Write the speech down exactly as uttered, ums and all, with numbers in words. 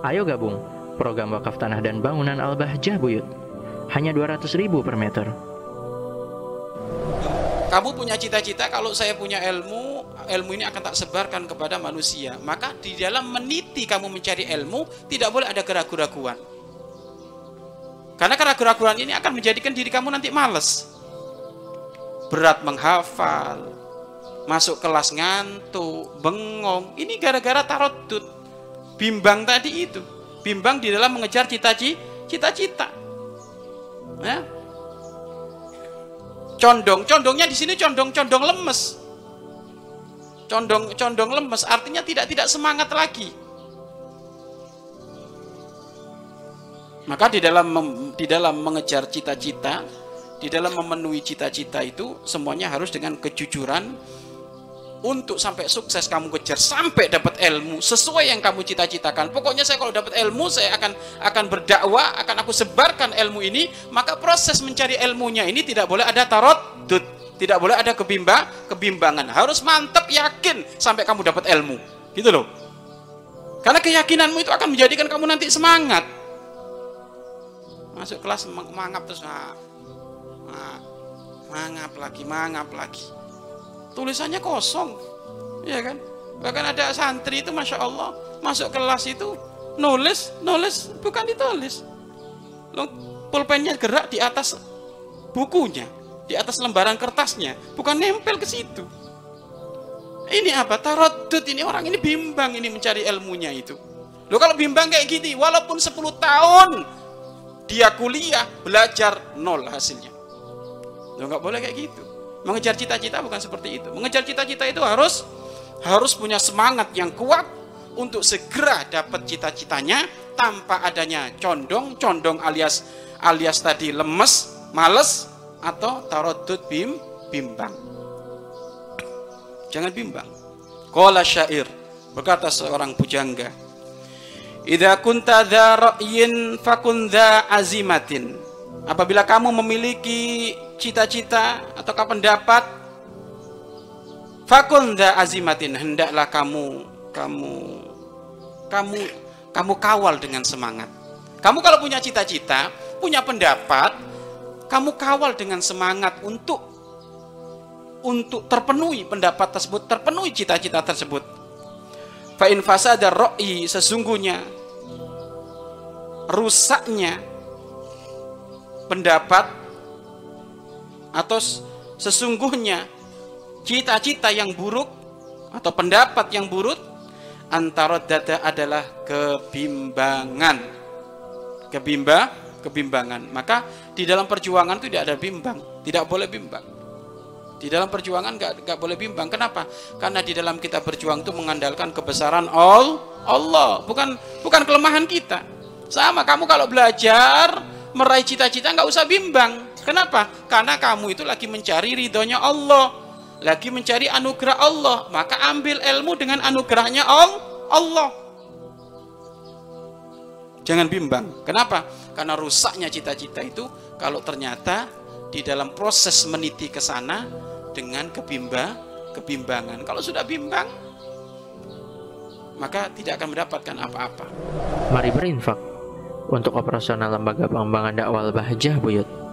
Ayo gabung program wakaf tanah dan bangunan Al-Bahjah Buyut. Hanya dua ratus ribu per meter. Kamu punya cita-cita, kalau saya punya ilmu, ilmu ini akan tak sebarkan kepada manusia. Maka di dalam meniti kamu mencari ilmu, tidak boleh ada keraguan-keraguan. Karena keraguan-keraguan ini akan menjadikan diri kamu nanti malas. Berat menghafal, masuk kelas ngantuk, bengong. Ini gara-gara tarodud, bimbang tadi itu. Bimbang di dalam mengejar cita-cita. Ya. Condong, condongnya di sini condong-condong lemes. Condong-condong lemes artinya tidak tidak semangat lagi. Maka di dalam di dalam mengejar cita-cita, di dalam memenuhi cita-cita itu semuanya harus dengan kejujuran. Untuk sampai sukses kamu kejar, sampai dapat ilmu sesuai yang kamu cita-citakan. Pokoknya saya kalau dapat ilmu, saya akan akan berdakwah, akan aku sebarkan ilmu ini. Maka proses mencari ilmunya ini tidak boleh ada tarodud, tidak boleh ada kebimba, kebimbangan. Harus mantap, yakin sampai kamu dapat ilmu, gitu loh. Karena keyakinanmu itu akan menjadikan kamu nanti semangat. Masuk kelas mangap terus, nah, nah, mangap lagi, mangap lagi. Tulisannya kosong, ya kan? Bahkan ada santri itu masya Allah masuk kelas itu nulis, nulis bukan ditulis. Loh, pulpennya gerak di atas bukunya, di atas lembaran kertasnya, bukan nempel ke situ. Ini apa? Tarodud, ini orang ini bimbang ini mencari ilmunya itu. Loh, kalau bimbang kayak gini, walaupun sepuluh tahun dia kuliah belajar nol hasilnya. Loh, nggak boleh kayak gitu. Mengejar cita-cita bukan seperti itu. Mengejar cita-cita itu harus harus punya semangat yang kuat untuk segera dapat cita-citanya tanpa adanya condong, condong alias alias tadi lemes, males atau tarodud bim, bimbang. Jangan bimbang. Qala syair, berkata seorang pujangga, "Idza kunta dza ra'yin fakun dza azimatin." Apabila kamu memiliki cita-cita ataukah pendapat, fakun dza azimatin, hendaklah kamu kamu kamu kamu kawal dengan semangat. Kamu kalau punya cita-cita, punya pendapat, kamu kawal dengan semangat untuk untuk terpenuhi pendapat tersebut, terpenuhi cita-cita tersebut. Fa in fasada ra'yi, sesungguhnya rusaknya pendapat atau sesungguhnya cita-cita yang buruk atau pendapat yang buruk, antara dada adalah kebimbangan, kebimba, kebimbangan. Maka di dalam perjuangan itu tidak ada bimbang, tidak boleh bimbang. Di dalam perjuangan gak, gak boleh bimbang. Kenapa? Karena di dalam kita berjuang itu mengandalkan kebesaran Allah, bukan bukan kelemahan kita. Sama kamu kalau belajar meraih cita-cita nggak usah bimbang. Kenapa? Karena kamu itu lagi mencari ridhonya Allah, lagi mencari anugerah Allah. Maka ambil ilmu dengan anugerahnya Allah. Jangan bimbang. Kenapa? Karena rusaknya cita-cita itu kalau ternyata di dalam proses meniti ke sana dengan kebimba, kebimbangan. Kalau sudah bimbang, maka tidak akan mendapatkan apa-apa. Mari berinfak untuk operasional lembaga pengembangan dakwah Al-Bahjah Buyut.